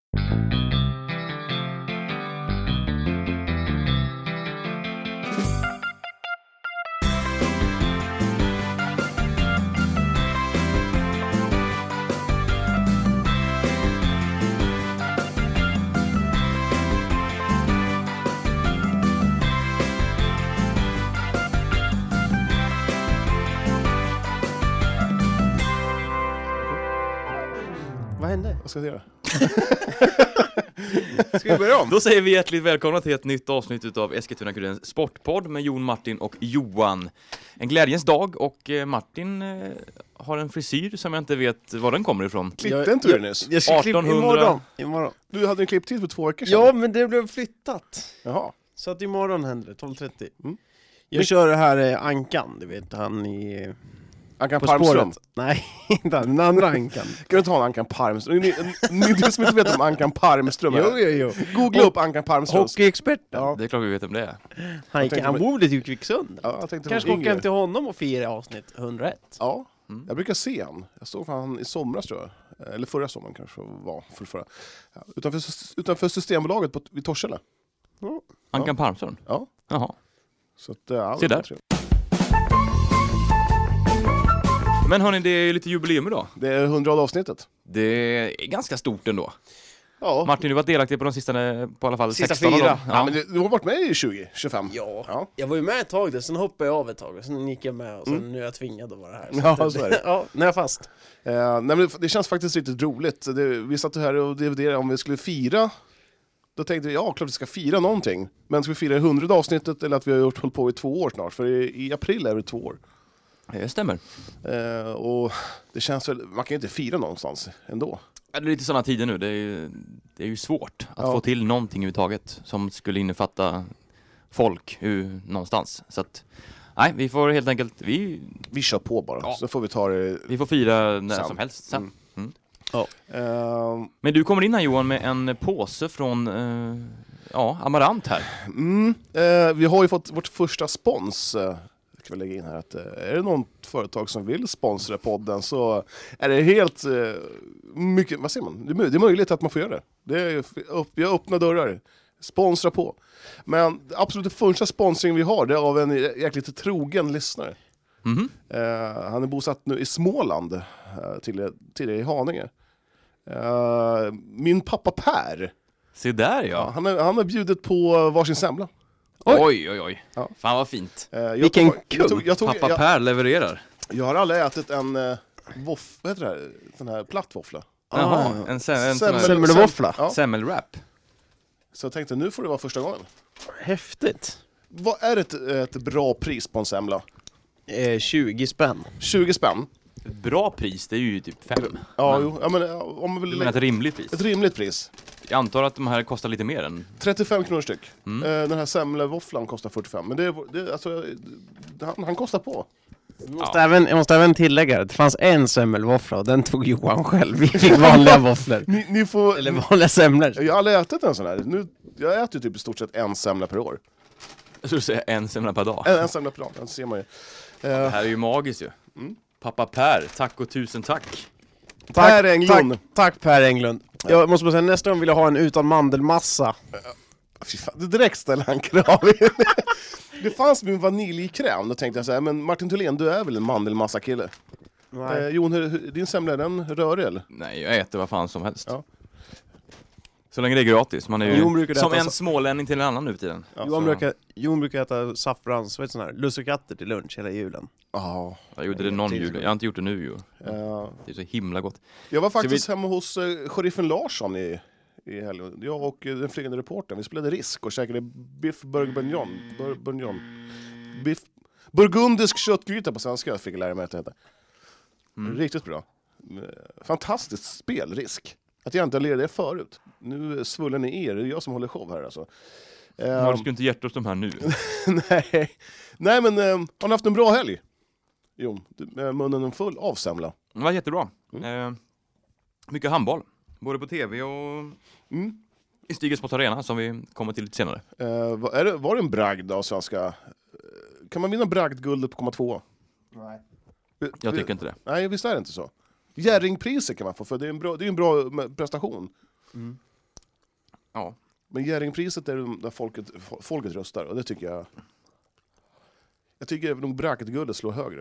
Vad hände? Vad ska jag göra? Ska vi börja om? Då säger vi hjärtligt välkomna till ett nytt avsnitt av Eskilstuna-Kurirens sportpodd med Jon, Martin och Johan. En glädjens dag och Martin har en frisyr som jag inte vet var den kommer ifrån. Klippte inte du nyss? Jag ska klippa 1800. imorgon. Du hade en klipptid för 2 veckor sedan. Ja, men det blev flyttat. Jaha. Så att imorgon händer det, 12:30. Mm. Jag kör det här Ankan, du vet, han i... Ankan På Parmström. spåret. Nej, inte den andra Ankan. Kan du inte ha en Ankan Parmström? Ni som inte vet om Ankan Parmström är. Jo. Googla upp Ankan Parmström. Hockeyexperten. Ja. Det är klart vi vet om det är. Han bor lite i Kvicksund. Ja, jag tänkte Kanske på åka yngre. hem till honom och fira avsnitt 101. Ja, Mm. jag brukar se han. Jag såg han i somras tror jag. Eller förra sommaren kanske var. Förra. Ja, utanför Systembolaget vid Torshälla. Ankan Parmström? Ja. Jaha. Så att, ja, Se det var där. trevligt. Men hörni, det är lite jubileum idag. Det är 100 avsnittet. Det är ganska stort ändå. Ja. Martin, du var delaktig på de sista, på alla fall Sista 16 av 4. dem. Ja, men du har varit med i 20-25. Ja. Jag var ju med ett tag där, sen hoppade jag av ett tag och sen gick jag med och sen nu är jag tvingad att vara här. Ja, att så är det. Ja, nu är jag fast. Nej, men det känns faktiskt riktigt roligt. Vi satt här och dividerade om vi skulle fira. Då tänkte vi, ja klart vi ska fira någonting. Men ska vi fira 100 avsnittet eller att vi har hållit på i 2 år snart? För i april är det 2 år. Det stämmer. Och det känns väl, man kan ju inte fira någonstans ändå. Det är lite sådana tider nu. Det är ju svårt att få till någonting överhuvudtaget som skulle innefatta folk någonstans. Så att, nej, vi får helt enkelt, Vi kör på bara, Ja. så får vi ta det. vi får fira när Sen. som helst sen. Mm. Men du kommer in här Johan med en påse från Amarant här. Vi har ju fått vårt första spons. Kan vi lägga in här att är det någon företag som vill sponsra podden så är det helt mycket, vad säger man? Det är möjligt att man får göra det. Jag öppnar dörrar. Sponsra på. Men absolut det första sponsring vi har det är av en jäkligt trogen lyssnare. Mhm. Han är bosatt nu i Småland, tidigare i Haninge. Min pappa Per. Se där ja. Han har bjudit på varsin semla. Oj. Ja. Fan vad fint. Vilken kung. Pappa Per levererar. Jag har aldrig ätit en vad heter det här? Sån här platt våffla. Jaha, en sån här Semmelvåffla. Ja. semmelwrap. Så jag tänkte nu får det vara första gången. Häftigt. Vad är ett bra pris på en semla? 20 spänn. 20 spänn. Ett bra pris, det är ju typ 5. Ja, jo. Ja, men om man vill Men ett rimligt pris. ett rimligt pris. Jag antar att de här kostar lite mer än... 35 kronor styck. Mm. Den här semmelvåfflan kostar 45. Men alltså, han kostar på. Jag måste även tillägga att det fanns en semmelvåffla och den tog Johan själv. Vi fick vanliga våfflor. Ni får... Eller vanliga semlor. Jag har aldrig ätit en sån här. Jag äter typ i stort sett en semla per år. Jag skulle säga en semla per dag. En semla per dag, det ser man ju. Det här är ju magiskt ju. Mm. Pappa Per, tack och tusen tack. Per Englund. Tack Per Englund. Jag måste bara säga, nästa gång vill jag ha en utan mandelmassa. Fy fan, det direkt ställer han krav. Det fanns min vaniljkräm. Då tänkte jag så här, men Martin Thulén, du är väl en mandelmassa kille? Jon, din semla, är den rörig eller? Nej, jag äter vad fan som helst. Ja. Så länge det är gratis. Man är Jon ju brukar som äta en smålänning till en annan nu för tiden. Ja, Jon brukar äta saffrans, vet du, sån här lussekatter till lunch hela julen. Ja. Jag gjorde det någon jul. Jag har inte gjort det nu ju. Ja. Det är så himla gott. Jag var faktiskt hemma hos sheriffen Larsson i helgen. Jag och den flygande reportern, vi spelade risk och käkade biff bourguignon. Biff burgundisk köttgryta på svenska fick jag lära mig att det heter. Riktigt bra. Fantastiskt spel, risk. Att jag inte lärde det förut. Nu svullen ni er, det är jag som håller show här alltså. Var du skulle inte hjärta oss de här nu? Nej, men har ni haft en bra helg? Jo, munnen full av semla. Det var jättebra. Mycket handboll. Både på tv och i Stigelsport Arena som vi kommer till lite senare. Var det en bragd då, svenska? Kan man vinna bragdguldet på 2? Nej. Jag tycker inte det. Nej, visst är det inte så. Jerringpriser kan man få, för det är en bra prestation. Ja. Men Jerringpriset är där folket röstar, och det tycker jag... Jag tycker nog Bracketguldet slår högre.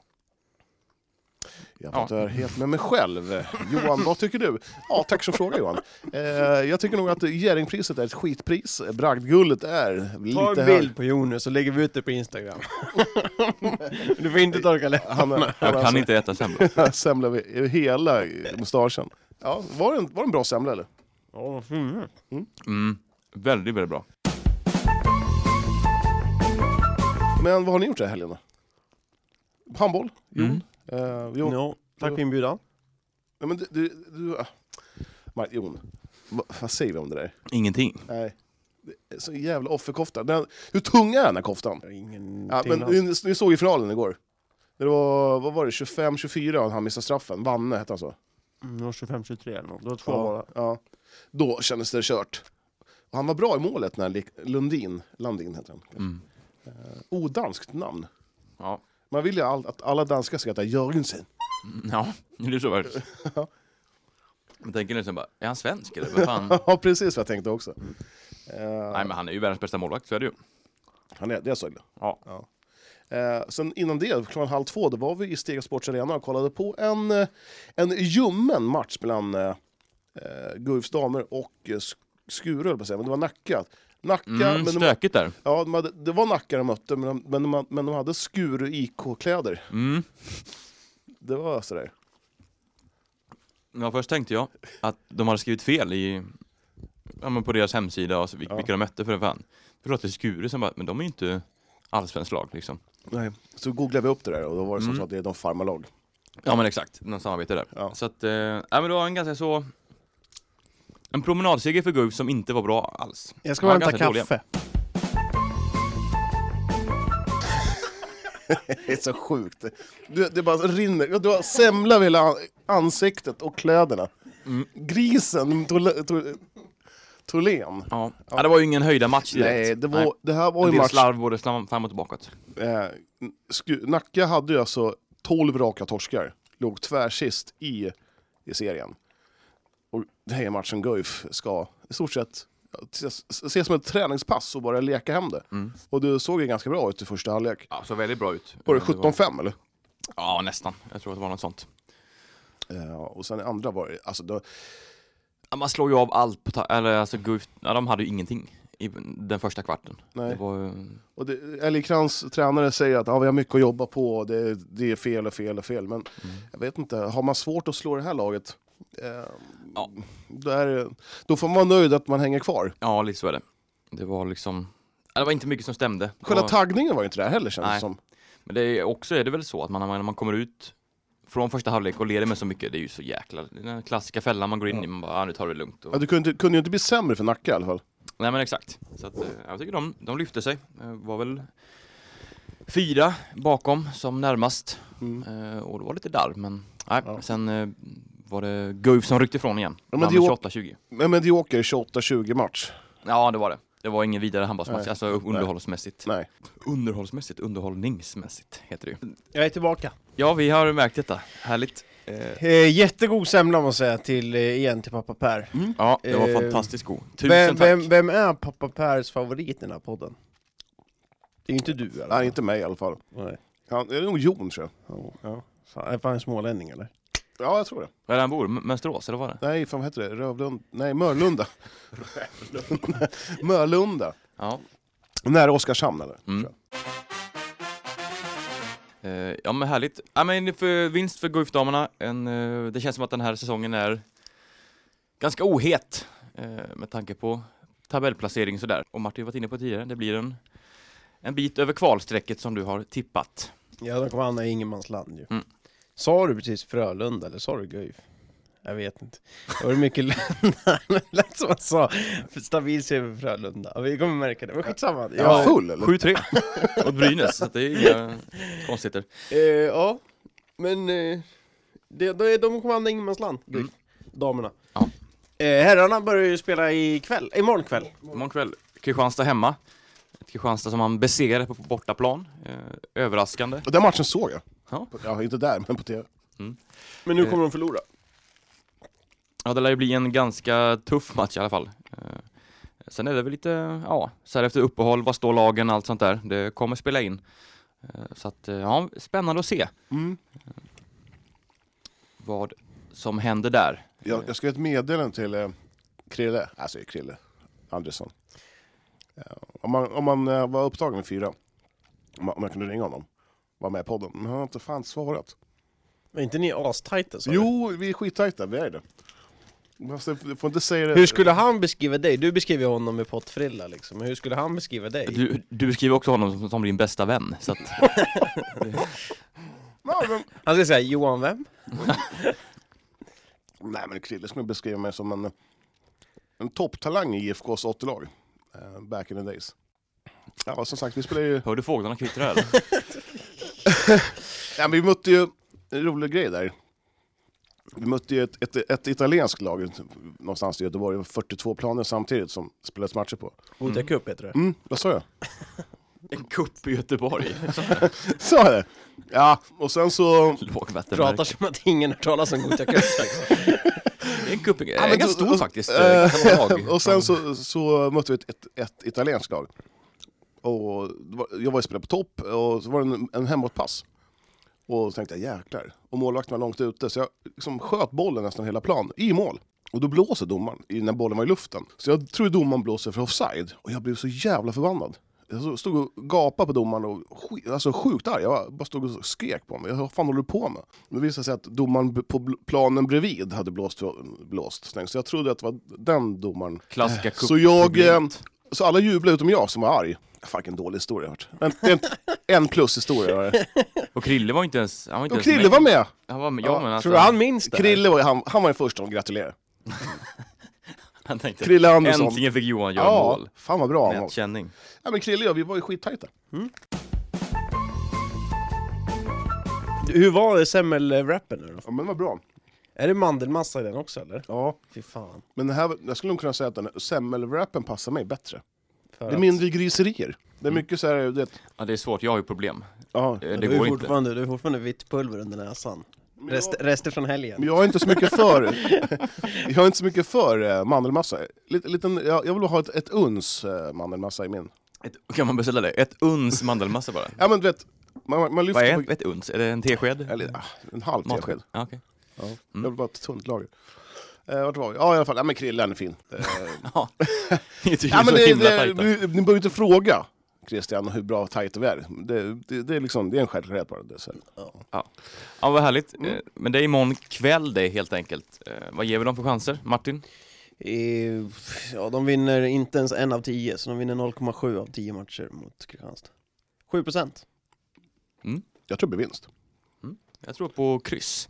Jag pratar helt med mig själv. Johan, vad tycker du? Ja, tack så fråga Johan. Jag tycker nog att Jerringpriset är ett skitpris. Bragdguldet är lite Ta en bild på Jonas så lägger vi ut det på Instagram. Du får inte torka läpparna. Jag kan inte äta semla. Semla över hela mustaschen. Ja, var det en bra semla eller? Ja, Väldigt, väldigt bra. Men vad har ni gjort här helgen då? Handboll? Jo. Tack för inbjudan. Ja, men Jon, vad säger vi om det där? Ingenting. Nej. Det är så jävla offerkofta. Hur tung är den här koftan? Ja, men ni såg i finalen igår. Det var, vad var det, 25-24 och han missade straffen. Vanne hette han så. 25-23 eller något. Det var 2 bara. Ja. Då kändes det kört. Och han var bra i målet när Landin heter han. Odanskt namn. Ja. Man vill ju att alla danskar ska heta Jörgensen. Ja, det är så värt. Man tänker liksom bara, är han svensk eller vad fan? Ja, precis vad jag tänkte också. Nej, men han är ju världens bästa målvakt, så är det ju. Det är så illa. Ja. Sen innan det, 1:30, då var vi i Stega Sports Arena och kollade på en ljummen match mellan Guifs damer och Skuru, på att säga. Men det var Nacka. Stökigt där. Ja, det var Nacka de mötte, men de hade Skuru IK-kläder. Det var sådär. Ja, först tänkte jag att de hade skrivit fel på deras hemsida och vilka de mötte för en fan. För att det är Skuru som bara, men de är ju inte allsvensk lag liksom. Nej, så googlade vi upp det där och då var det så att det är de farmarlag. Ja, men exakt, någon samarbete där. Ja. Så att, men det var en ganska så... En promenadseger för Guif som inte var bra alls. Jag ska hämta kaffe. Dåliga. Det är så sjukt. Det bara rinner. Du har semla över hela ansiktet och kläderna. Grisen, Tholén. Ja, det var ju ingen höjda match direkt. Nej, det här var en ju del match. slarv både fram och tillbaka. Nacka hade ju alltså 12 raka torskar. Låg tvärsist i serien. Och det här är matchen Guif ska i stort sett se som ett träningspass och bara leka hem det. Och det såg ju ganska bra ut i första halvlek. Ja, så väldigt bra ut. Var det 17-5 eller? Ja, nästan. Jag tror att det var något sånt. Och sen andra var det, alltså man slår ju av allt på Guif, de hade ju ingenting i den första kvarten. Nej. Det var och Ellie Krantz, tränare, säger att vi har mycket att jobba på, det är fel. Men jag vet inte, har man svårt att slå det här laget, då får man vara nöjd att man hänger kvar. Ja, lite så är det. Det var liksom... Det var inte mycket som stämde. Själva taggningen var ju inte där heller, känns det som. Men är det väl så att när man kommer ut från första halvlek och leder med så mycket, det är ju så jäkla... Den klassiska fällan man går in i, man bara, nu tar det lugnt. Och... Ja, du kunde ju inte bli sämre för Nacka i alla fall. Nej, men exakt. Så att, jag tycker de lyfte sig. Var väl 4 bakom som närmast. Och det var lite darr, men nej. Ja. Sen var det Guif som ryckte ifrån igen. Ja, men 28-20. Men medioker 28-20 match. Ja, det var det. Det var ingen vidare handbollsmatch, alltså underhållsmässigt. Nej. Underhållningsmässigt heter det ju. Jag är tillbaka. Ja, vi har märkt detta. Härligt. Jättegod semla måste jag säga till pappa Per. Ja, det var fantastiskt god. Tusen tack. Vem är pappa Pers favorit i den här podden? Det är ju inte du eller? Nej, inte mig i alla fall. Nej. Ja, det är nog Jon, tror jag. Ja. Är fan en smålänning eller? Ja, jag tror det. Var är han bor? Mönsterås, eller vad var det? Nej, fan, vad heter det? Rövlund? Nej, Mörlunda. Mörlunda. Ja. Nära Oskarshamn, eller? Ja, men härligt. Ja, men vinst för Guif-damerna. Det känns som att den här säsongen är ganska ohet med tanke på tabellplacering sådär. Och Martin har varit inne på tidigare. Det blir en bit över kvalsträcket som du har tippat. Ja, de kommer hamna i ingenmansland ju. Sa du precis Frölunda eller sa du Guif? Jag vet inte. Det var mycket lätt som man sa. Stabil seger för Frölunda. Vi kommer märka det. Men skitsamma. Jag var full, eller? 7-3 åt Brynäs. Så det är inga konstigheter. Ja, men de kommer hamna i ingenmansland. Guif. Damerna. Ja. Herrarna börjar ju spela imorgon kväll. Kristianstad hemma. Ett Kristianstad som man besegrade på bortaplan. Överraskande. Och den matchen såg jag. Ja. Inte där, men på TV. Men nu kommer de förlora. Ja, det lär ju bli en ganska tuff match i alla fall. Sen är det väl lite, ja, så här efter uppehåll, vad står lagen, allt sånt där. Det kommer spela in. Så att, ja, spännande att se vad som händer där. Jag ska ett meddelande till Krille, alltså Krille Andresson. Om man var upptagen med 4, om jag kunde ringa honom, var med i podden, men han har inte fan svarat. Men inte ni astajta? Jo, vi är skittajta, vi är det. Du får inte säga det. Hur skulle han beskriva dig? Du beskriver honom med pottfrilla liksom. Men hur skulle han beskriva dig? Du beskriver också honom som din bästa vän. Så att... Han ska säga, Johan vem? Nej, men Krille skulle beskriva mig som en topptalang i IFKs 80-lag. Back in the days. Ja, som sagt, vi spelar ju... Hör du fåglarna kvittra eller? Ja, men vi mötte ju en rolig grej där. Vi mötte ju ett italienskt lag någonstans i Göteborg. Det var 42 planer samtidigt som spelades matcher på. Gothia Cup heter det. Vad sa jag? En kupp i Göteborg. Sa jag det? Ja, och sen så... Pratar som att ingen har talat om Gothia Cup. En kupp är ganska stor faktiskt. Och sen så mötte vi ett italienskt lag. Och jag var ju spelare på topp och så var det en hemåtpass. Och så tänkte jag, jäklar. Och målvakten var långt ute, så jag liksom sköt bollen nästan hela plan i mål. Och då blåser domaren när bollen var i luften. Så jag tror domaren blåser för offside. Och jag blev så jävla förbannad. Jag stod och gapade på domaren och alltså sjukt arg. Jag bara stod och skrek på mig. Vad fan håller du på med? Det visade sig att domaren på planen bredvid hade blåst. Så jag trodde att det var den domaren. Klassiska kupp. Så alla jublade utom jag som var arg. Fan, en dålig historia. En plus historia. Och Krille var inte ens... Krille var med! Han var med, ja, men alltså, tror du han minns det? Krille var, han var den första att gratulera. Han tänkte, Krille Andersson. Äntligen fick Johan göra mål. Fan vad bra han var. Känning. Ja, men Krille och jag, vi var ju skittajta. Hur var semmelwrappen nu då? Ja, men det var bra. Är det mandelmassa i den också eller? Ja. Fy fan. Men jag skulle nog kunna säga att den semmelwrappen passar mig bättre. För det är mindre griserier. Det är mycket så här... Ja, det är svårt. Jag har ju problem. Ja. Det du går är fortfarande vitt pulver under näsan. Rester från helgen. Men jag är inte så mycket för... jag är inte så mycket för mandelmassa. Jag vill ha ett uns mandelmassa i min. Kan man beställa det? Ett uns mandelmassa bara? Ja, men du vet... Man lyfter vad är ett uns? Är det en tesked? Eller, en halv tesked. Ja, okej. Ja. Jag vill bara ett tunt lager. Vart var vi? Ja, i alla fall. Ja, men Krillen är fin. Ja, det är ja, men så himla tajta. ni behöver inte fråga Christian hur bra tajta vi är. Det är liksom, det är en självklarhet bara. Det, så. Ja, vad härligt. Men det är imorgon kväll det helt enkelt. Vad ger vi dem för chanser, Martin? Ja, de vinner inte ens 1 av 10, så de vinner 0,7 av 10 matcher mot Kristianstad. 7%. Jag tror det blir vinst. Jag tror på kryss.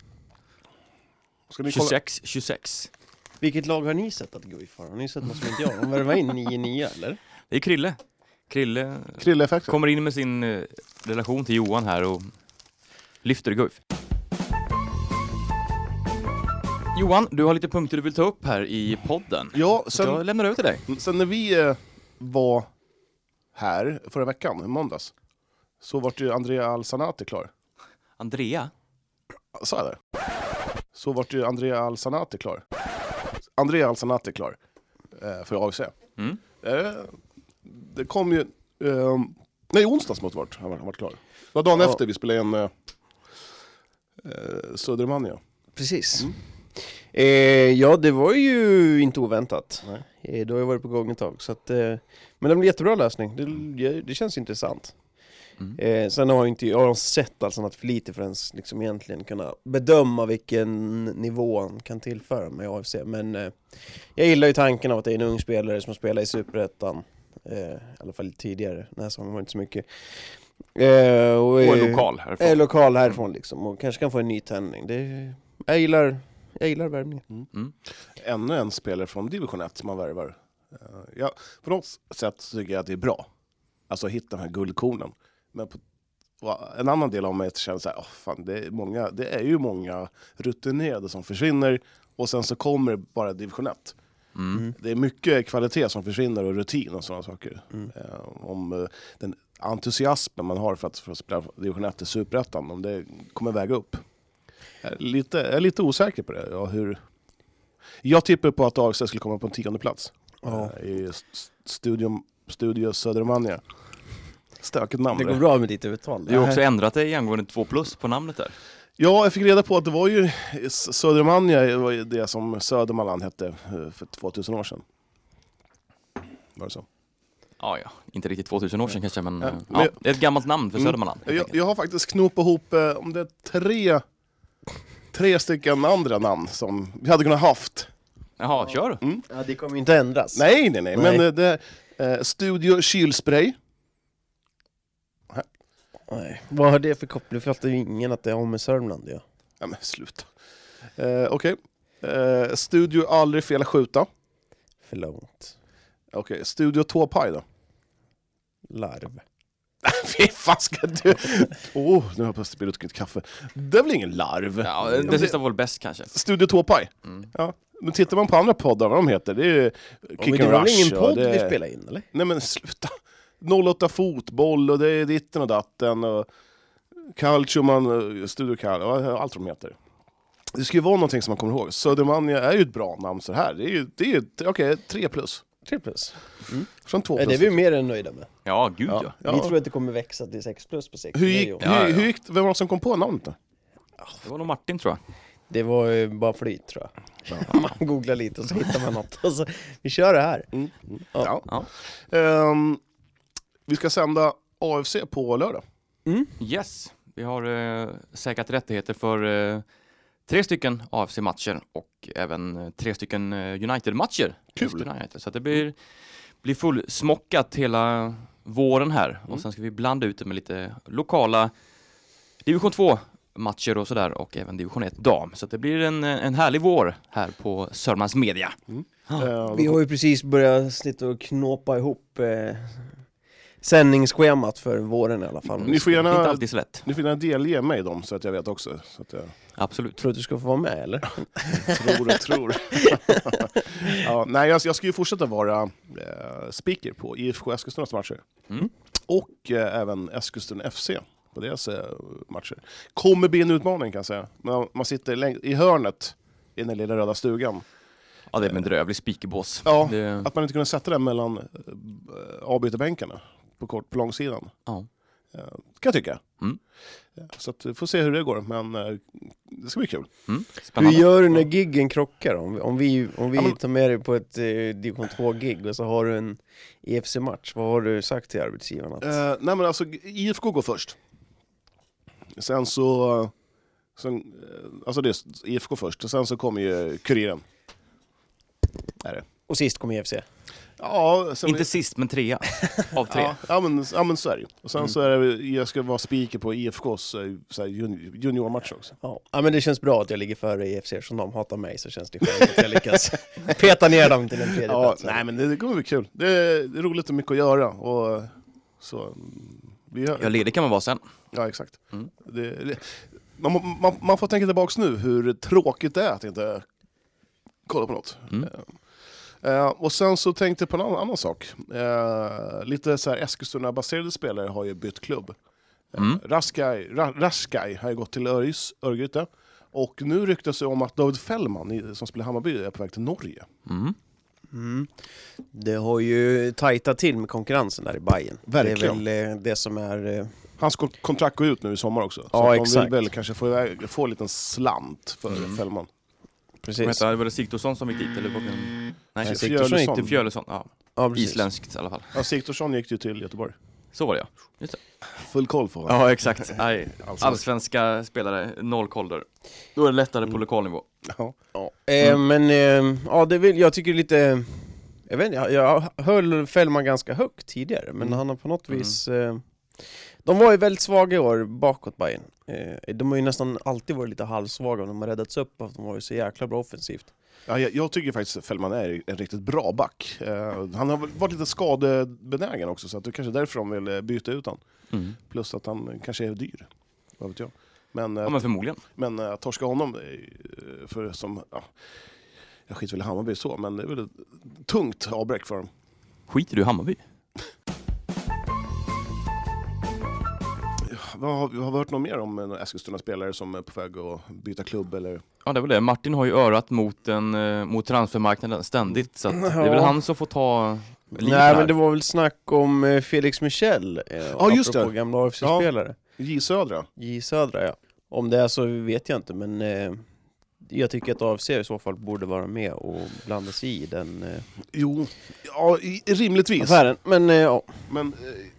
26. Vilket lag har ni sett att Guif har? Har ni sett något som inte jag? De värvar in 9-9 eller? Det är Krille. Krille kommer in med sin relation till Johan här och lyfter Guif. Johan, du har lite punkter du vill ta upp här i podden. Ja, så jag lämnar över till dig. Sen när vi var här förra veckan, i måndags, så var ju Andrea Al-Sanati klar. Andrea? Sa jag det? Så var ju Andrea Al-Sanati klar. Andrea Al-Sanati klar för AFC. Det kom ju... nej, onsdags måste ha varit klar. Det var dagen efter vi spelade en Södermannia. Precis. Ja, det var ju inte oväntat. Det har ju varit på gång ett tag. Så att, men det blir jättebra lösning. Det känns intressant. Sen har jag sett alltså något för lite för ens liksom egentligen kunna bedöma vilken nivå han kan tillföra med AFC. Men jag gillar ju tanken av att det är en ung spelare som spelar i Superettan. I alla fall tidigare. Den här säsongen var inte så mycket. Och är lokal härifrån. Är lokal härifrån liksom. Och kanske kan få en ny tändning. Jag gillar värvningen. Ännu en spelare från Division 1 som man värvar. På något sätt tycker jag att det är bra. Alltså hitta de här guldkornen. Men en annan del av mig känner så här, fan, det är ju många rutinerade som försvinner och sen så kommer det bara Division 1. Det är mycket kvalitet som försvinner och rutin och sådana saker. Om den entusiasmen man har för att spela Division 1 i Superettan, om det kommer väga upp. Jag är lite osäker på det. Ja, jag tippar på att AFC skulle komma på en 10:e plats. i Studio Södermannia. Stökigt namn. Det går bra med ditt uttal. Du har också ändrat dig angående 2+ på namnet där. Ja, jag fick reda på att det var ju Södermannia var ju det som Södermanland hette för 2000 år sedan. Var det så? Ja, inte riktigt 2000 år sedan kanske, men, men det är ett gammalt namn för Södermanland. Jag har faktiskt knopat ihop om det är tre stycken andra namn som vi hade kunnat haft. Jaha, kör. Ja, det kommer inte ändras. Nej. Men det är Studio Kylspray. Nej. Vad har det för koppling? För att det är ju ingen att det har med Sörmland, ja. Ja, men sluta. Okej. Studio Aldrig Fel Skjuta. För långt. Okej, Studio Tåpaj då. Larv. Fy fan ska du... nu har jag plötsligt blivit ett kaffe. Det är väl ingen larv? Ja, det sista var väl bäst kanske. Studio Tåpaj. Ja. Men tittar man på andra poddar, vad de heter, det är Kick and det var Rush. ingen podd det... vi spelade in, eller? Nej men sluta. 08 fotboll och det är ditten och datten och Calciuman, Studio Cal och allt de heter. Det ska ju vara någonting som man kommer ihåg. Södermannia är ju ett bra namn så här. Det är ju okej, 3+. 3+. Från 2+. Det är vi mer än nöjda med. Ja, gud ja. Vi tror att det kommer växa till 6+ på 6. Hur gick vem var det som kom på namnet då? Det var nog Martin, tror jag. Det var ju bara flyt, tror jag. Man googlar lite och så hittar man något. Och så, vi kör det här. Ja. Vi ska sända AFC på lördag. Yes, vi har säkrat rättigheter för 3 stycken AFC-matcher och även 3 stycken United-matcher. Kul! United. Så att det blir fullsmockat hela våren här. Och sen ska vi blanda ut det med lite lokala division 2-matcher och sådär. Och även division 1 dam. Så att det blir en härlig vår här på Sörmlands Media. Vi har ju precis börjat sitta och knåpa ihop sändningsschemat för våren i alla fall. Ni får Inte gärna, alltid så lätt. ni får gärna delge mig dem så att jag vet också. Så att jag Absolut. Tror att du ska få vara med, eller? tror. Ja, nej, jag ska ju fortsätta vara speaker på IFK Eskilstunas matcher. Och även Eskilstuna FC på deras matcher. Kommer bli en utmaning kan jag säga. Man sitter i hörnet i den lilla röda stugan. Ja, det är en bedrövlig speakerbås. Ja, Det... att man inte kunde sätta den mellan avbytarbänkarna på långsidan. Ja. Kan jag tycka. Så att, får se hur det går, men det ska bli kul. Hur Spännande. gör du när giggen krockar? Om vi tar med dig på ett division 2-gig och så har du en EFC-match, vad har du sagt till arbetsgivaren? Nej men alltså, IFK går först. Sen alltså det är IFK först, och sen så kommer ju Kuriren. Är det. Och sist kom EFC. Ja, Inte sist, men 3 av 3. Ja, men så är det ju. Och sen så är det, jag ska vara speaker på IFKs så här, juniormatch också. Ja, men det känns bra att jag ligger före EFC, som de hatar mig, så känns det skönt att jag lyckas peta ner dem till den 3:e platsen. Nej, men det kommer bli kul. Det är roligt och mycket att göra. Och så, Ja, ledig kan man vara sen. Ja, exakt. Man får tänka tillbaka nu hur tråkigt det är att inte kolla på något. Och sen så tänkte jag på en annan sak. Lite så här Eskilstuna-baserade spelare har ju bytt klubb. Raskaj har ju gått till Örgryte. Och nu ryktas det om att David Fällman som spelar i Hammarby är på väg till Norge. Det har ju tajtat till med konkurrensen där i Bayern. Verkligen. Det är väl det som är... Hans kontrakt går ut nu i sommar också. Så Ja, att de exakt. vill väl kanske få en liten slant för Fällman. Precis. Var det Sigthorsson som gick dit? Eller var det... Nej, Sigthorsson gick till Fjölösson. Ja. Ja, precis. Isländskt i alla fall. Ja, Sigthorsson gick ju till Göteborg. Så var det, ja. Just det. Full koll för honom. Ja, exakt. Nej, allsvenska spelare, 0 koll där. Då är det lättare på lokalnivå. Ja. Men jag tycker lite... Jag vet inte, jag höll Fällman ganska högt tidigare, men han har på något vis... De var ju väldigt svaga i år bakåt Bayern. De har ju nästan alltid varit lite halvsvaga och de har räddats upp av att de var ju så jäkla bra offensivt. Ja, jag tycker faktiskt att Fällman är en riktigt bra back. Han har varit llite skadebenägen också, så att det kanske är därför de vill byta ut han. Plus att han kanske är dyr. Vad vet jag. Men förmodligen. Men att torska honom för som... Ja, jag skiter väl i Hammarby så, men det är väl ett tungt avbräck för dem. Skiter du i Hammarby? Har vi hört något mer om en Eskilstuna-spelare som är på väg att byta klubb? Eller? Ja, det är väl det. Martin har ju örat mot transfermarknaden ständigt, så att det är väl han som får ta Nej, men det var väl snack om Felix Michel, just det. Gamla AFC-spelare. J Södra. J Södra, ja. Om det är så vet jag inte, men jag tycker att AFC i så fall borde vara med och blanda sig i den Jo, ja, rimligtvis. affären. Men ja. Men,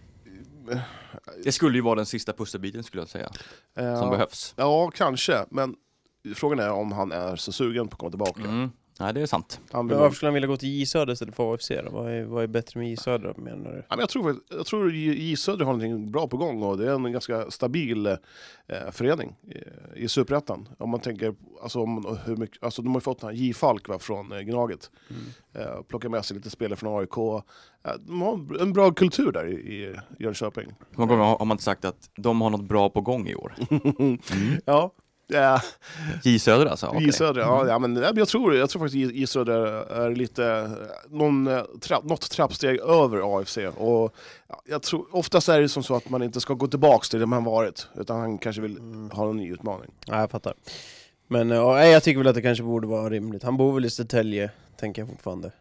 det skulle ju vara den sista pusselbiten, skulle jag säga, som behövs. Ja, kanske. Men frågan är om han är så sugen på att komma tillbaka. Nej, det är sant. Men varför skulle han vilja gå till J Södra istället för AFC då? Vad är bättre med J Södra, menar du? Ja, men jag tror J Södra har någonting bra på gång, och det är en ganska stabil förening i Superettan. Om man tänker alltså, om hur mycket, alltså, de har ju fått den här J Falk från Gnaget. Plockar med sig lite spelare från AIK. De har en bra kultur där i Jönköping. Hur många gånger har man inte sagt att de har något bra på gång i år? Ja. Ja. J Södra alltså? Okay. J Södra, ja, men jag tror faktiskt J Södra är lite något trappsteg över AFC, och jag tror oftast är det som så att man inte ska gå tillbaks till det man varit, utan han kanske vill ha en ny utmaning. Ja, jag fattar. Men jag tycker väl att det kanske borde vara rimligt. Han bor väl i Södertälje, tänker jag fortfarande.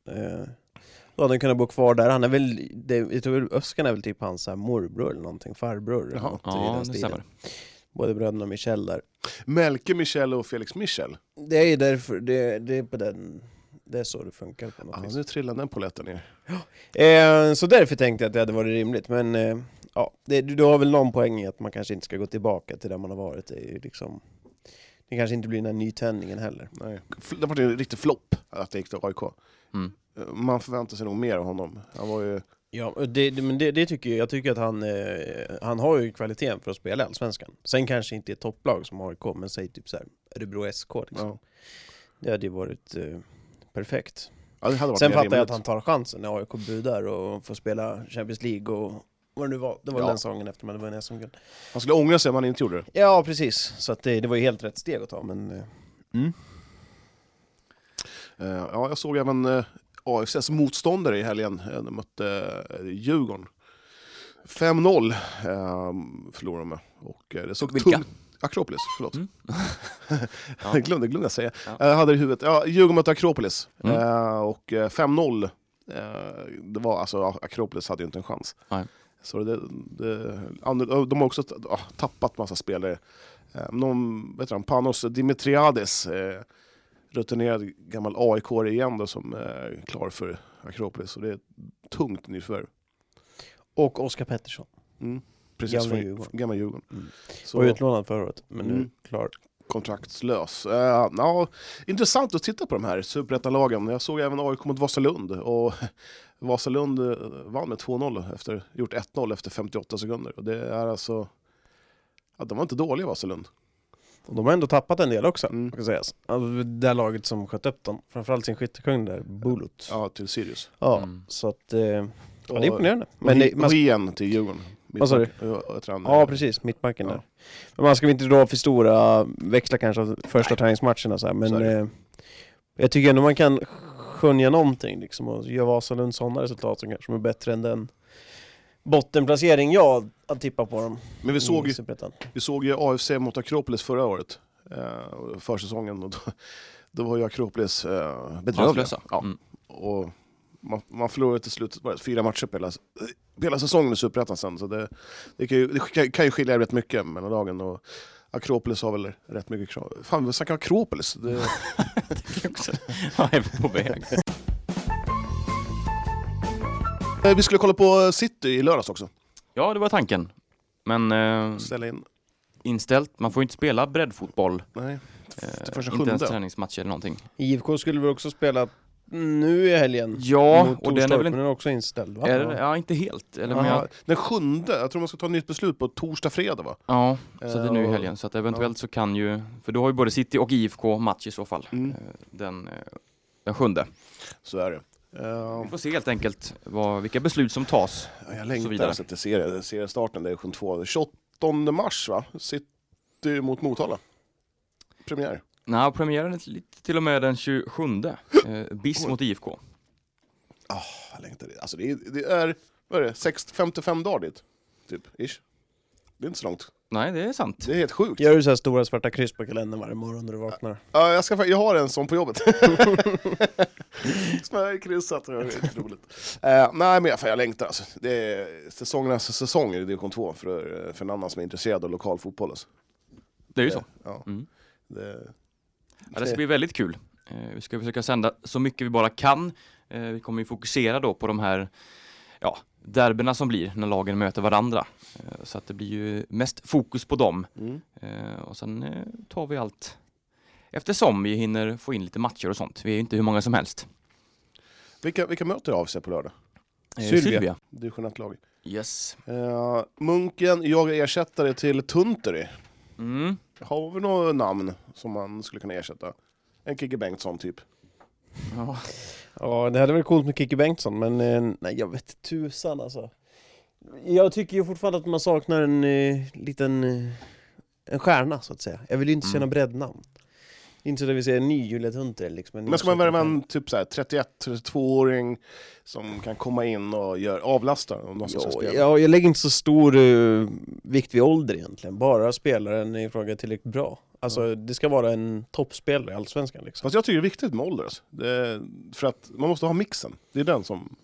Då hade han kunnat bo kvar där. Han är väl, jag tror Öskan är väl typ hans morbror eller någonting, farbror eller något i den stilen. Både bröderna Michel där. Melke Michel och Felix Michel. Det är därför, det är på den, det är så det funkar på något vis. Nu trillar den polletten ner. Så därför tänkte jag att det hade varit rimligt. Men du har väl någon poäng i att man kanske inte ska gå tillbaka till där man har varit. Det kanske inte blir den här nytändningen heller. Nej. Det var en riktig flopp att det gick till AIK. Man förväntar sig nog mer av honom. Han var ju... Ja, men det tycker jag tycker att han har ju kvaliteten för att spela i Allsvenskan. Sen kanske inte ett topplag som AIK, men säg typ så här Örebro SK liksom. Ja. Det hade ju varit perfekt. Ja, det hade varit. Sen fattar jag att han tar chansen när AIK budar och får spela Champions League och vad det nu var. Det var den säsongen efter man var en SM-guld. Han skulle ångra sig om han inte gjorde det. Ja, precis. Så att det var ju helt rätt steg att ta, men ja, jag såg även AFCs motståndare i helgen. De mötte Djurgården. 5-0 förlorade de med. Och det såg vilka? Akropolis, förlåt. Ja. Jag glömde säga. Ja. Jag hade det i huvudet. Ja, Djurgården mötte Akropolis. Och 5-0. Det var, alltså, Akropolis hade ju inte en chans. Nej. Så de har också tappat massa spelare. Panos Dimitriades, rutinerad gammal AIK igen då, som är klar för Akropolis. Så det är tungt nyförvärv. Och Oskar Pettersson. Precis, gamla Djurgården. Så, var utlånad förra året, men nu klar. Kontraktslös. Intressant att titta på de här superettanlagen. Jag såg även AIK mot Vasalund, och Vasalund vann med 2-0 efter gjort 1-0 efter 58 sekunder. Och det är alltså, de var inte dåliga, Vasalund. Och de har ändå tappat en del också, kan sägas. Alltså, det här laget som sköt upp dem, framförallt sin skyttekung där, Bulut. Ja, till Sirius. Ja, så att det är imponerande. Men igen till Djurgården. Vad sa du? Ja, precis, mittbacken där. Men man ska inte dra för stora växlar kanske av första träningsmatcherna så här, men jag tycker ändå man kan skönja någonting liksom, och göra Vasalund sådana resultat som kanske är bättre än den bottenplacering jag att tippa på dem. Men vi såg ju AFC mot Akropolis förra året, försäsongen, och då var ju Akropolis bedrövliga. Ja. Och man förlorade till slut 4 matcher på hela säsongen i Superettan sen, så det kan ju skilja rätt mycket mellan lagen, och Akropolis har väl rätt mycket krav. Fan, vi snackar Akropolis. Jag är på väg. Vi skulle kolla på City i lördags också. Ja, det var tanken. Men ställa in. Inställt. Man får inte spela breddfotboll. Nej, inte ens träningsmatcher eller någonting. IFK skulle väl också spela nu i helgen. Ja, och den är väl inte också inställd, va? Ja, inte helt. Eller den 7:e, jag tror man ska ta ett nytt beslut på torsdag, fredag, va? Ja, så det är nu i helgen. Så att eventuellt så kan ju, för då har ju både City och IFK match i så fall. Den 7:e. Så är det. Vi får se helt enkelt vilka beslut som tas. Jag längtar så att seriestarten, det är 28 mars, va? City mot Motala. Premiär. Nej, premiären är till och med den 27. BIS mot IFK. Jag längtar det. Alltså det är vad är det? 55 dagar dit, typ, ish. Det är inte så långt. Nej, det är sant. Det är helt sjukt. Gör du så här stora svarta kryss på kalendern varje morgon när du vaknar? Ja, jag har en sån på jobbet. Som jag har kryssat. Det är inte roligt. Nej, men jag längtar alltså. Det är säsongernas säsonger i division 2 för en annan som är intresserad av lokal fotboll. Alltså. Det är ju så. Ja. Mm. Det ska bli väldigt kul. Vi ska försöka sända så mycket vi bara kan. Vi kommer ju fokusera då på de här derbyna som blir när lagen möter varandra. Så att det blir ju mest fokus på dem. Och sen tar vi allt eftersom vi hinner få in lite matcher och sånt. Vi är ju inte hur många som helst. Vilka möter av sig på lördag? Sylvia. Division 1-lag. Yes. Munken, jag är ersättare till Tunteri. Mm. Har vi något namn som man skulle kunna ersätta? En Kicke Bengtsson typ. Ja. Ja, det hade varit coolt med Kicki Bengtsson, men nej, jag vet tusan alltså. Jag tycker ju fortfarande att man saknar en liten en stjärna så att säga. Jag vill ju inte känna breddnamn. Inte så att vi säger en ny Julia Tunter liksom. Men ska man värva en typ 31-32-åring som kan komma in och avlasta om de ska spela? Ja, jag lägger inte så stor vikt vid ålder egentligen. Bara spelaren i fråga tillräckligt bra. Alltså det ska vara en toppspelare i Allsvenskan liksom. Fast jag tycker det är viktigt med ålder alltså. För att man måste ha mixen. Det är den som...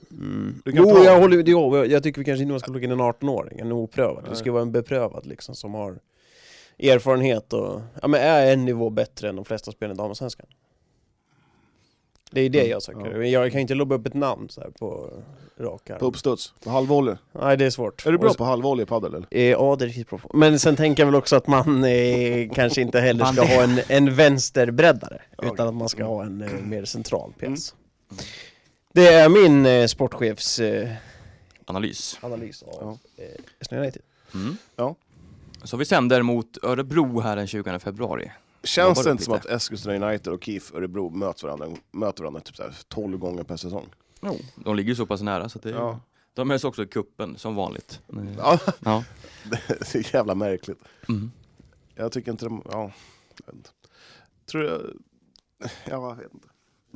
Jag tycker vi kanske inte ska plocka in en 18-åring, en oprövad. Det ska vara en beprövad liksom som har erfarenhet och är en nivå bättre än de flesta spelarna i damallsvenskan. Det är det jag söker. Jag kan inte lobba upp ett namn så här på rak arm. På uppstuds, på halvvolley. Nej, det är svårt. Är du bra på halvvolley i padel eller? Ja, det är riktigt bra. Men sen tänker jag väl också att man kanske inte heller ska ha en vänsterbreddare, utan att man ska ha en mer central pjäs. Det är min sportchefs analys av Snö United. Ja. Så vi sänder mot Örebro här den 20 februari. Känns det inte som att Eskilstuna United och KIF Örebro möter varandra typ så här 12 gånger per säsong? Jo, de ligger ju så pass nära så att det de möts också i kuppen som vanligt. Ja. Det är jävla märkligt. Jag tycker inte de... Ja, jag vet inte. Tror jag vet inte.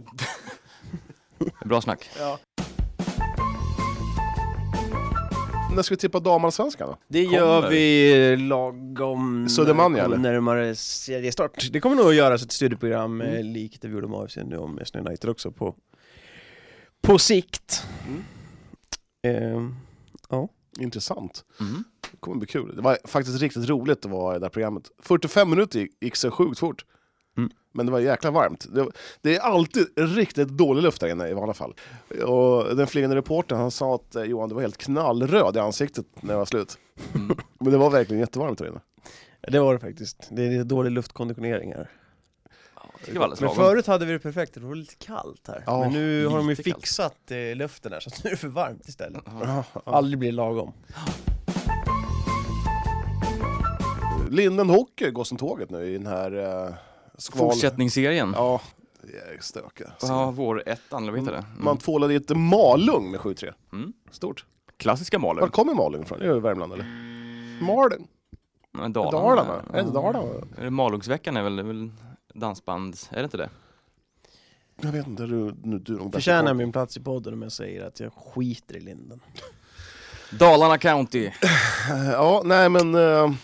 Bra snack. Ja. När ska vi tippa damallsvenskan då? Det gör vi lagom Söderman, eller? Närmare seriestart. Det kommer nog att göras ett studieprogram likt det vi gjorde med AFC nu om Snö United också på sikt. Ja. Intressant. Det kommer bli kul. Det var faktiskt riktigt roligt att vara i det här programmet. 45 minuter gick så sjukt fort. Men det var jäkla varmt. Det är alltid riktigt dålig luft där inne i vanliga fall. Och den flygande reportern, han sa att Johan, det var helt knallröd i ansiktet när det var slut. Men det var verkligen jättevarmt där inne. Det var det faktiskt. Det är lite dålig luftkonditionering här. Men förut hade vi det perfekt, det var lite kallt här. Ja, men nu har de ju fixat luften här så nu är det för varmt istället. Aldrig blir lagom. Linden Hockey går som tåget nu i den här fortsättningsserien. Ja, det är stökigt. Ja, vår ettan, eller vad heter det? Man tvålade ett Malung med 7-3. Stort. Klassiska Malung. Var kommer Malung ifrån? Är det Värmland eller? Malung. Dalarna. Är det Dalarna? Malungsveckan är väl dansband, är det inte det? Jag vet inte, du förtjänar min plats i podden om jag säger att jag skiter i Linden. Dalarna County. Ja, nej men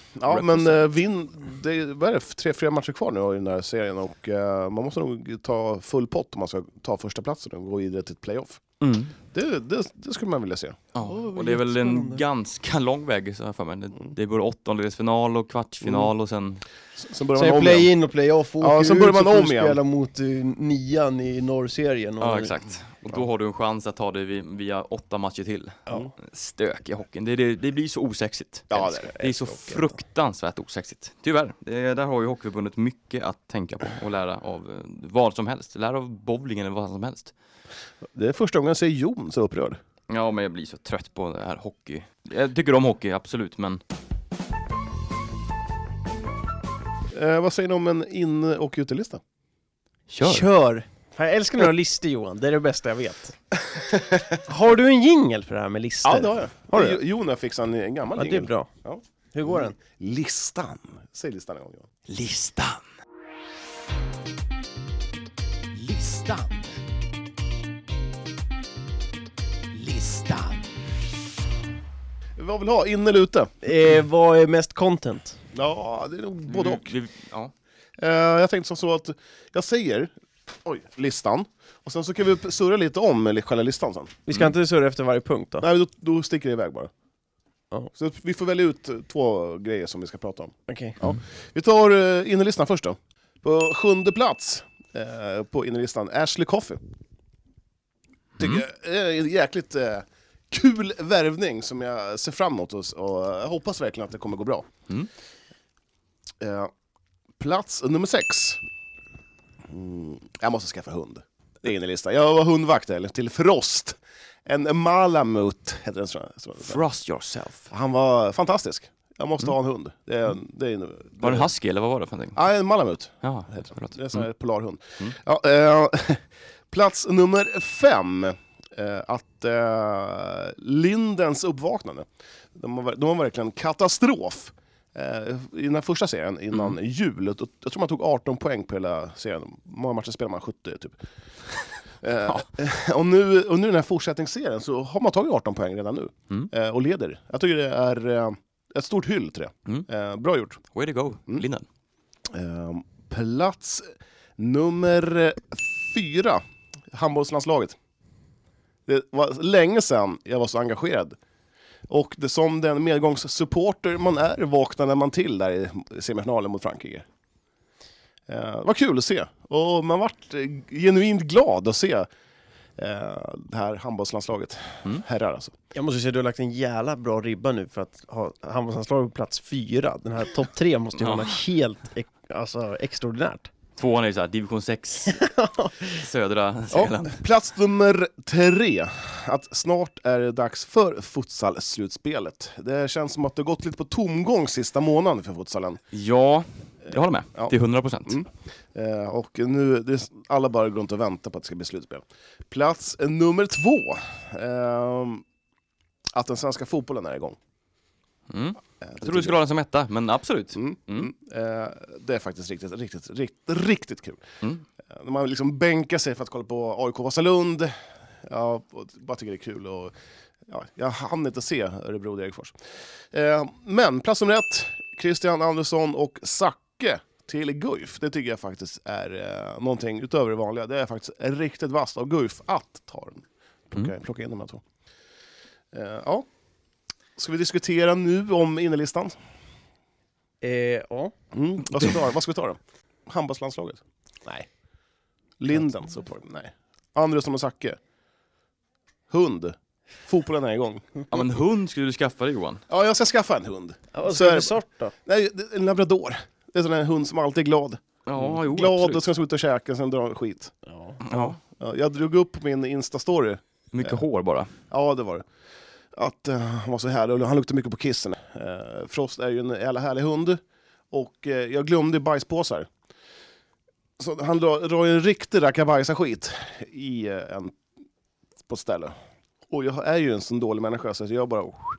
det är 3-4 matcher kvar nu i den här serien och man måste nog ta full pott om man ska ta första platsen och gå vidare till ett playoff. Det skulle man vilja se. Ja, och det är väl en ganska lång väg så här för mig. Det är både åttondelsfinal och kvartsfinal och sen börjar man play-in och play-off och ja, sen börjar man om igen. Spela mot 9 i norrserien. Ja, exakt. Och då har du en chans att ta det via 8 matcher till. Ja. Stök i hockeyn. Det blir så osexigt. Ja, det är så fruktansvärt osexigt. Tyvärr. Där har ju Hockeyförbundet mycket att tänka på och lära av vad som helst. Lära av bowling eller vad som helst. Det är första gången jag ser Jon så upprörd. Ja, men jag blir så trött på det här hockey. Jag tycker om hockey, absolut, men... Vad säger ni om en in- och utelista? Kör! Jag älskar några listor, Johan. Det är det bästa jag vet. Har du en jingle för det här med listor? Ja, det har jag. Har du? Jon har fixat en gammal jingle. Det är bra. Ja. Hur går den? Listan. Säg listan en gång, Johan. Listan. Vad vill ha? In eller ute? Vad är mest content? Ja, det är nog både och. Ja. Jag tänkte som så att jag säger listan. Och sen så kan vi surra lite om själva listan sen. Vi ska inte surra efter varje punkt då? Nej, då sticker det iväg bara. Ja. Så vi får välja ut 2 grejer som vi ska prata om. Okej. Ja. Vi tar innerlistan först då. På 7:e plats på innerlistan, Ashley Coffey. Tycker jag är en jäkligt kul värvning som jag ser fram emot och jag hoppas verkligen att det kommer gå bra. Plats nummer 6. Jag måste skaffa hund. Det är innerlistan. Jag var hundvakt till Frost. En Malamut heter den, tror jag. Frost yourself. Han var fantastisk. Jag måste ha en hund. Var det en husky eller vad var det för någonting? Ja, en Malamut. Ja, Det är en sån här polarhund. Ja, plats nummer 5. Lindens uppvaknande. De var verkligen katastrof. I den här första serien innan jul. Jag tror man tog 18 poäng på hela serien. Många matcher spelar man 70 typ. Och nu i den här fortsättningsserien så har man tagit 18 poäng redan nu. Och leder. Jag tycker det är ett stort hyll till det. Bra gjort. Way to go, Linden. Plats nummer 4. Handbollslandslaget. Det var länge sedan jag var så engagerad. Och det som den medgångssupporter man är vaknade man till där i semifinalen mot Frankrike. Det var kul att se. Och man vart genuint glad att se det här handbollslandslaget. Herrar alltså. Jag måste säga att du har lagt en jävla bra ribba nu för att ha handbollslandslaget på plats 4. Den här topp 3 måste ju vara helt extraordinärt. 2 är ju såhär, division 6, södra Svealand. Plats nummer 3. Att snart är det dags för futsal-slutspelet. Det känns som att det har gått lite på tomgång sista månaden för futsalen. Ja, jag håller med. Till 100%. Och nu alla bara går runt och väntar på att det ska bli slutspel. Plats nummer 2. Att den svenska fotbollen är igång. Jag tror du skulle ha den som etta, men absolut. Det är faktiskt riktigt kul. När man liksom bänkar sig för att kolla på AIK Vasalund. Ja, bara tycker det är kul. Och, ja, jag hann inte se Örebro Degerfors. Men plats nummer 1, Christian Andersson och Zacke till Guif. Det tycker jag faktiskt är någonting utöver det vanliga. Det är faktiskt riktigt vasst av Guif att ta den. Plocka in de här 2. Ja. Ska vi diskutera nu om innerlistan? Ja. Vad ska vi ta då? Handbollslandslaget? Nej. Linden support? Nej. Andersson och Zacke? Hund? Fotbollen är igång. Ja, men hund skulle du skaffa dig, Johan? Ja, jag ska skaffa en hund. Ja, vad är det sort då? Nej, en labrador. Det är sån en hund som alltid är glad. Ja, jo, glad absolut. och ska ut och käka, sen drar skit. Ja. Jag drog upp min Insta-story. Mycket hår bara. Ja, det var det. Att han var så härlig och han luktade mycket på kissen. Frost är ju en jävla härlig hund. Och jag glömde bajspåsar. Så han drar en riktig rackabajsa-skit på ett ställe. Och jag är ju en sån dålig människa så jag bara... Och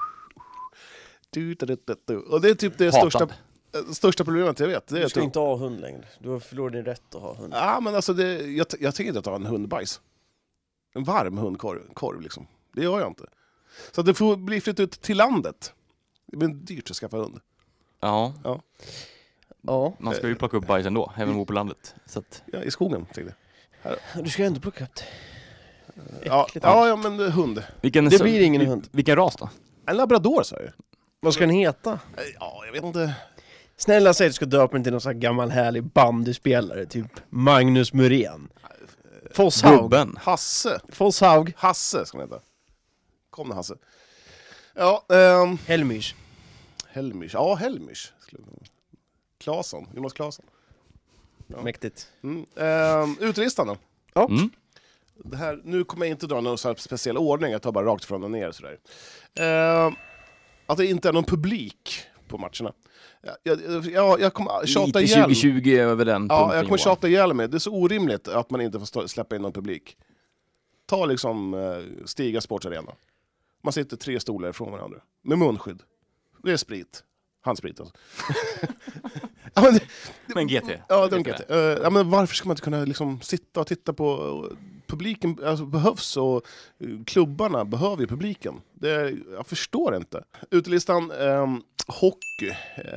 det är typ det största problemet jag vet. Det är Du ska typ... inte ha hund längre. Du har förlorat din rätt att ha hund. Ja, men alltså jag tänker inte ta en hundbajs. En varm hundkorv liksom. Det gör jag inte. Så det får bli flytt ut till landet. Det blir dyrt att skaffa hund. Ja. Ja. Man ska ju plocka upp bajs ändå, även på landet. Så att... Ja, i skogen tänkte jag. Du ska ändå plocka upp det. Ja, men hund. Det blir ingen hund. Vilken ras då? En labrador, sa jag. Vad ska den heta? Ja, jag vet inte. Snälla säg att du ska döpa den till någon sån här gammal härlig bandyspelare. Typ Magnus Muren. Fosshaug. Gubben. Fosshaug. Hasse ska man heta. Kom nu, Hasse. Ja, Helmich. Ja, Helmich. Claesson. Jonas Claesson. Ja. Mäktigt. Utlistan då? Ja. Det här, nu kommer jag inte dra någon så här speciell ordning. Jag tar bara rakt från och ner sådär. Att det inte är någon publik på matcherna. Jag kommer tjata lite ihjäl. 2020 över den punkten. Ja, jag kommer tjata ihjäl med. Det är så orimligt att man inte får släppa in någon publik. Ta liksom Stiga Sportsarena. Man sitter 3 stolar ifrån varandra. Med munskydd. Det är sprit. Handsprit alltså. Men GT. Ja, det är GT. Men varför ska man inte kunna liksom sitta och titta på publiken alltså, behövs och klubbarna behöver ju publiken. Jag förstår inte. Utelistan, hockey.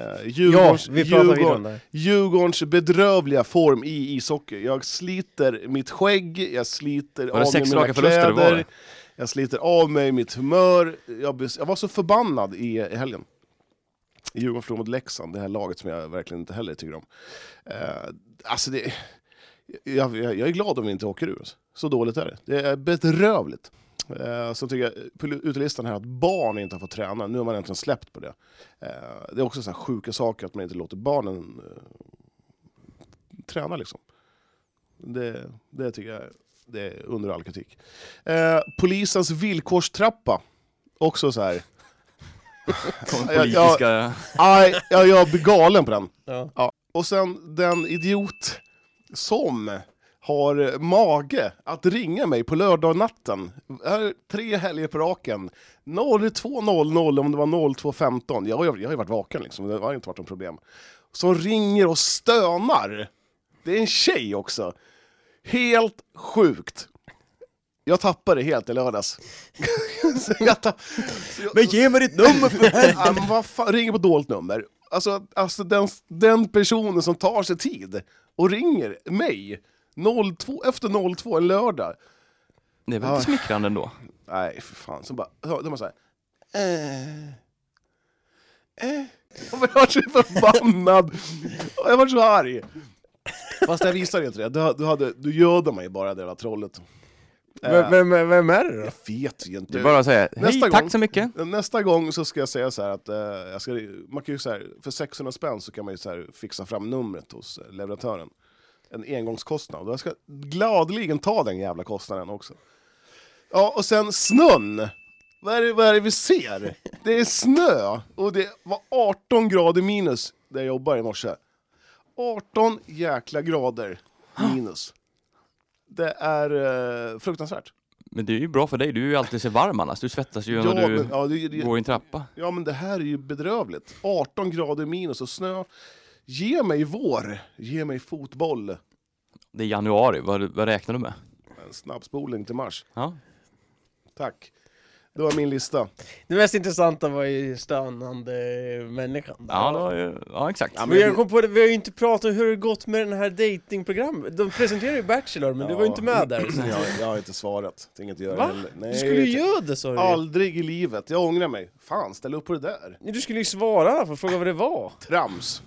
Djurgårdens bedrövliga form i ishockey. Jag sliter mitt skägg, jag sliter av mig mina kläder, jag sliter av mig mitt humör. Jag var så förbannad i helgen. Djurgården förlorade mot Leksand, det här laget som jag verkligen inte heller tycker om. Alltså jag är glad om vi inte åker ur. Så dåligt är det. Det är bedrövligt. Så tycker jag på utelistan här att barn inte har fått träna. Nu har man äntligen släppt på det. Det är också så här sjuka saker att man inte låter barnen träna liksom. Det tycker jag det är under all kritik. Polisens villkorstrappa. Också så här. Jag blir galen på den. Ja. Och sen den idiot som har mage att ringa mig på lördagnatten. 3 helger på raken. 02.00 om det var 02.15. Jag har ju varit vaken liksom. Det har inte varit något problem. Som ringer och stönar. Det är en tjej också. Helt sjukt. Jag tappade helt i lördags. Men ge mig ditt nummer för helvete! Men vad fan, ringer på dåligt nummer. Alltså den personen som tar sig tid och ringer mig 02 efter 02 en lördag. Det är väl inte smickrande ändå? Nej, för fan. Så bara, de var så här. Jag var så förbannad. Jag var så arg. Fast jag visade inte det. Du gödde mig bara det där trollet. Vem är det då? Jag vet ju inte. Du bara säga hej, tack så mycket. Nästa gång så ska jag säga så här att man kan ju så här, för 600 spänn så kan man ju så här fixa fram numret hos leverantören. En engångskostnad. Och jag ska gladeligen ta den jävla kostnaden också. Ja, och sen snön. Vad är det vi ser? Det är snö. Och det var 18 grader minus där jag jobbar i morse. 18 jäkla grader minus. Det är fruktansvärt. Men det är ju bra för dig, du är ju alltid så varm annars. Du svettas ju när du går i en trappa. Ja, men det här är ju bedrövligt. 18 grader minus och snö. Ge mig vår. Ge mig fotboll. Det är januari, vad räknar du med? En snabbspolning till mars. Ja. Tack. Det var min lista. Det mest intressanta var ju stönande människan. Ja, exakt. Ja, men jag kom på det, vi har ju inte pratat om hur det gått med den här datingprogrammet. De presenterar ju Bachelor, men du var ju inte med där. Jag har inte svarat. Det är inget att göra. Va? Heller. Nej, du skulle ju göra det, sa du. Aldrig i livet. Jag ångrar mig. Fan, ställ upp på det där. Du skulle ju svara för att fråga vad det var. Trams.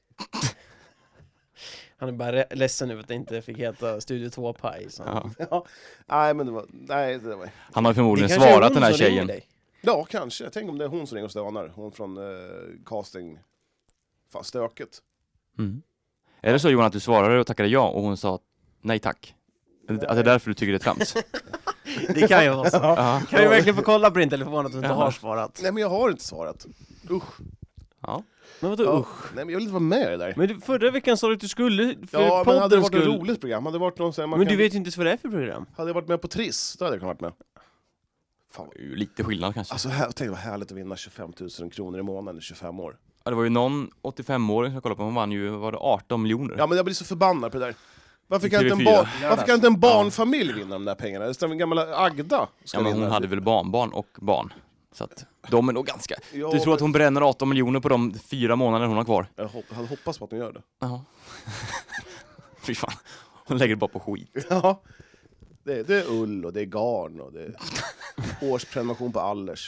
Han är bara ledsen nu att det inte fick heta Studio 2-paj. Ja. Nej, men det var... Han har förmodligen svarat den här tjejen. Ja, kanske. Tänk om det är hon som ringer och stönar. Hon från casting. Fan, stöket. Mm. Är det så, Johan, att du svarade och tackade ja och hon sa nej tack? Att det är därför du tycker det är trams? Det kan ju vara så. Kan vi verkligen få kolla på din telefon att du inte har svarat? Nej, men jag har inte svarat. Usch. Ja. Men vadå usch? Nej, men jag vill inte vara med i det där. Men förra veckan sa du att du skulle... Ja, men hade det varit ett roligt program? Hade det varit någon så här, men du vet ju inte vad det är för program. Hade jag varit med på Triss, då hade jag kunnat varit med. Fan, lite skillnad kanske. Alltså, tänk vad härligt att vinna 25 000 kronor i månaden i 25 år. Ja, det var ju någon 85-åring som jag kollade på, hon vann ju, var det 18 miljoner? Ja, men jag blir så förbannad på det där. Varför kan inte en barnfamilj vinna de där pengarna? Det är en gammal Agda. Ja, men hon hade väl barnbarn och barn. Så att de är nog ganska... Ja, du tror att hon bränner 18 miljoner på de 4 månader hon har kvar? Jag hade hoppats på att hon gör det. Ja. Fy fan. Hon lägger det bara på skit. Ja. Det är ull och det är garn och det är årsprenumeration på Allers.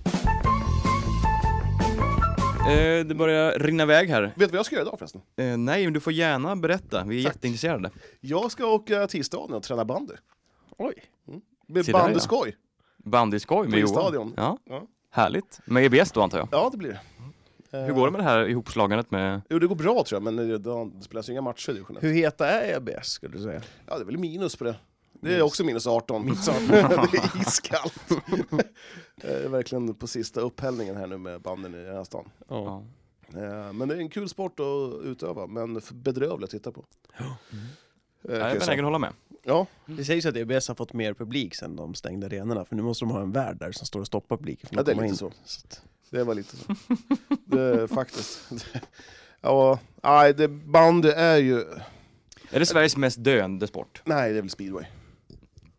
Det börjar rinna iväg här. Vet du vad jag ska göra idag förresten? Nej, men du får gärna berätta. Vi är jätteintresserade. Jag ska åka till staden och träna bandy. Oj. Med bandyskoj. Bandyskoj med Johan. Ja. Härligt. Med EBS då, antar jag? Ja, det blir det. Hur går det med det här ihopslagandet med... Jo, det går bra tror jag, men det spelas inga matcher i divisionen. Hur heta är EBS, skulle du säga? Ja, det är väl minus på det. Det är också minus 18. Det är iskallt. Det är verkligen på sista upphällningen här nu med banden i den här stan. Ja. Men det är en kul sport att utöva, men bedrövligt att titta på. Jag är benägen att hålla med. Ja. Det sägs att EBS har fått mer publik sen de stängde arenorna, för nu måste de ha en värd där som står och stoppar publiken. Ja, det är lite så. Det var lite så. Det faktiskt. Ja, nej, bandy är ju... Är det Sveriges mest döende sport? Nej, det är väl speedway.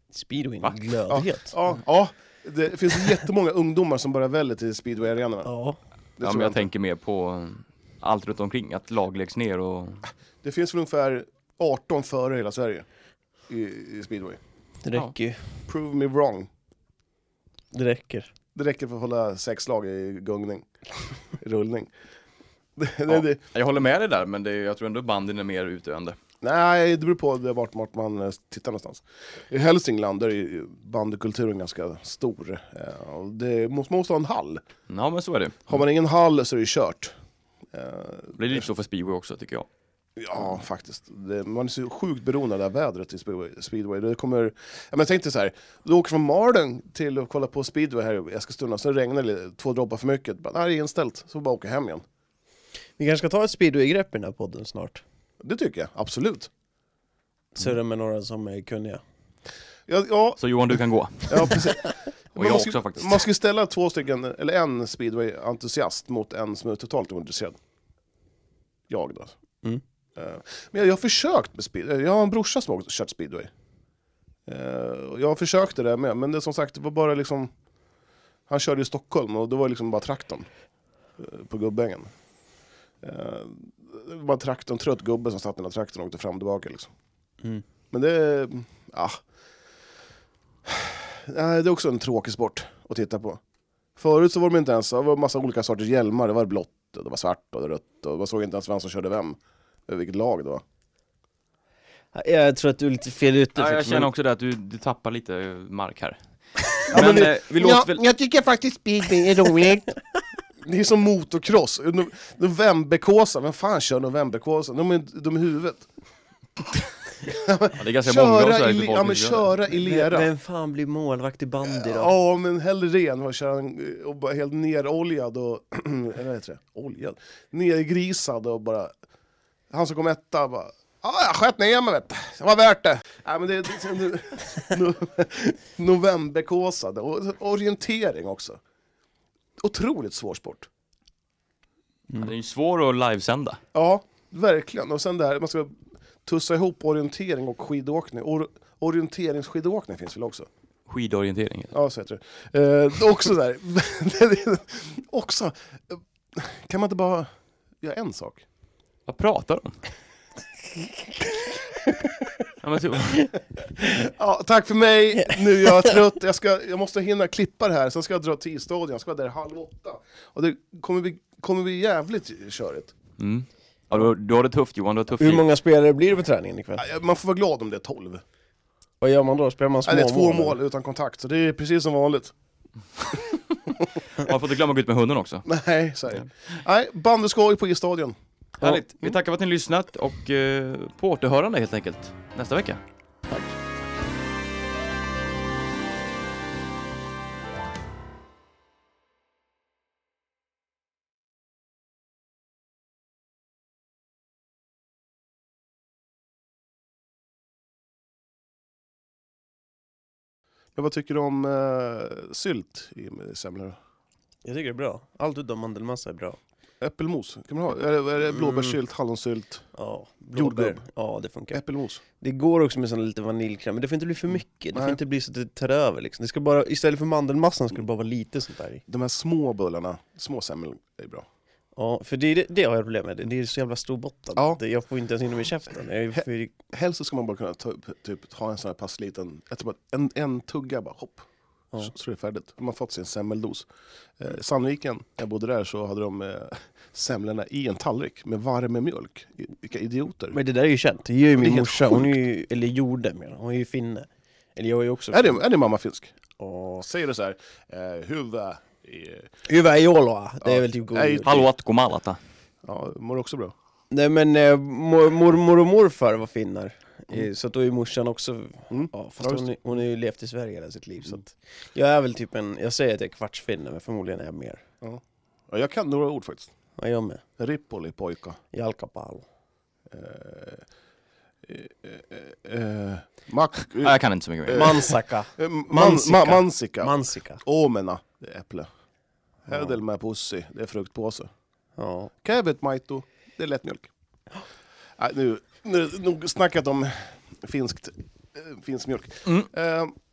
Speedway, Va? glödhet. Ja, det finns jättemånga ungdomar som bara väljer till speedway-arenorna. Ja. Ja, men jag tänker mer på allt runt omkring, att lag läggs ner och... Det finns väl ungefär 18 före hela Sverige i speedway. Det räcker ju. Prove me wrong. Det räcker. Det räcker för att hålla 6 lag i gungning. I rullning. Jag håller med dig där, men jag tror ändå bandyn är mer utövande. Nej, det beror på vart man tittar någonstans. I Hälsingland är bandykulturen ganska stor. Och det måste ha en hall. Ja, men så är det. Har man ingen hall så är det kört. Det blir lite så för speedway också, tycker jag. Ja, faktiskt. Man är så sjukt beroende av det här vädret i speedway. Det kommer... Ja, men jag tänkte så här, du åker från Malden till att kolla på speedway här i Eskilstuna, så regnar det 2 droppar för mycket. Nej, det är inställt, så bara åka hem igen. Vi kanske ska ta ett speedway-grepp i den här podden snart. Det tycker jag, absolut. Surra med några som är kunniga. Ja, Så Johan, du kan gå. ja precis. Och jag också faktiskt. Man ska ställa 2 stycken, eller en speedway-entusiast mot en som är totalt ointresserad. Jag då. Mm. Men jag har försökt med speedway. Jag har en brorsa som har kört speedway. Jag försökte det med, men det som sagt, det var bara liksom... Han körde i Stockholm och det var liksom bara traktorn på Gubbängen. Det var bara traktorn, trött gubbe som satt i den här traktorn och åkte fram och tillbaka liksom. Mm. Men det... Ja. Det är också en tråkig sport att titta på. Förut så var de inte ens... Det var en massa olika sorters hjälmar. Det var blått, och det var svart och det var rött. Och man såg inte ens vem som körde vem. Vilket lag det var. Jag tror att du är lite fel ute. Ja, jag känner också det att du tappar lite mark här. Ja, men vi låter väl... Jag tycker faktiskt speedway är roligt. Det är som motocross. Novemberkåsa. Vem fan kör novemberkåsa? De är huvudet. Ja, det är ganska många av Sveriges Ja, men köra i lera. Vem fan blir målvakt i bandy då? Ja, men hellre det än att köra och bara helt neroljad och... vad heter det? Oljad? Nergrisad och bara... Han som kom etta bara... Ja, jag sköt ner mig, vet du. Det var värt det. Ja, men det är novemberkåsade och orientering också. Otroligt svår sport. Ja, det är ju svår att livesända. Ja, verkligen. Och sen där, man ska tussa ihop orientering och skidåkning. Orienteringsskidåkning finns väl också? Skidorientering. Ja, så heter det. Också där. Också. Kan man inte bara göra en sak? Vad pratar du om? Ja, tack för mig. Nu är jag trött. Jag måste hinna klippa det här. Sen ska jag dra till stadion. Jag ska vara där 7:30. Och det kommer bli jävligt körigt. Mm. Ja, du har det tufft, Johan. Du har tufft. Hur många spelare blir det på träningen ikväll? Man får vara glad om det är 12. Vad gör man då? Spelar man små Det är 2 mål mål utan kontakt. Så det är precis som vanligt. Man får inte glömma att gå ut med hunden också. Nej, så är det. Nej, bandyskoj på stadion. Härligt. Vi tackar för att ni lyssnat och på återhörande helt enkelt nästa vecka. Tack. Men vad tycker du om sylt i semlor? Jag tycker det är bra. Allt utom mandelmassa är bra. Äppelmos, kan man ha? Är det blåbärssylt, hallonsylt, Ja, jordgubb? Ja, det funkar. Äppelmos. Det går också med sån lite vaniljkräm, men det får inte bli för mycket. Det Nej. får inte bli så att det tar över liksom. Det ska bara, istället för mandelmassan ska det bara vara lite sånt där i. De här små bullarna, små semmel är bra. Ja, för det har jag problem med. Det är så jävla stor botten. Ja. Jag får inte ens in dem i käften. Helst så ska man bara kunna typ ha en sån här pass liten, jag tror bara en tugga bara, hopp. Ja. Så är det färdigt. De har fått sin semmeldos. Sandviken, när jag bodde där, så hade de semlorna i en tallrik med varm mjölk. Vilka idioter. Men det där är ju känt. Det gör ju Det är min helt morsa. Hon är sjukt. ju, eller gjorde mer. Hon är ju finne. Eller jag är ju också Är det mamma fisk? Och Säger det så här, huvud hyvä ei oloa. Det är Ja. väl typ god. Nej. Haluat kumalata. ja, mår också bra. Nej men mormor och morfar var finnar. Så att då är morsan också ja, fast Ja, just hon har ju levt i Sverige hela sitt liv så att jag är väl typ jag säger att jag är kvartsfinne, men förmodligen är jag mer. Ja, jag kan några ord faktiskt. Vad jag med? Ripoli pojka. Jalkapallo. Ja, jag kan inte så mycket mer. Mansaka. Mansika. Mansika. Åmena, det är äpple. Hedelmä pussi, det är fruktpåse. Ja. Käbet maito, det är lättmjölk. Nej, nu snackat om finskt finns mjölk. Mm.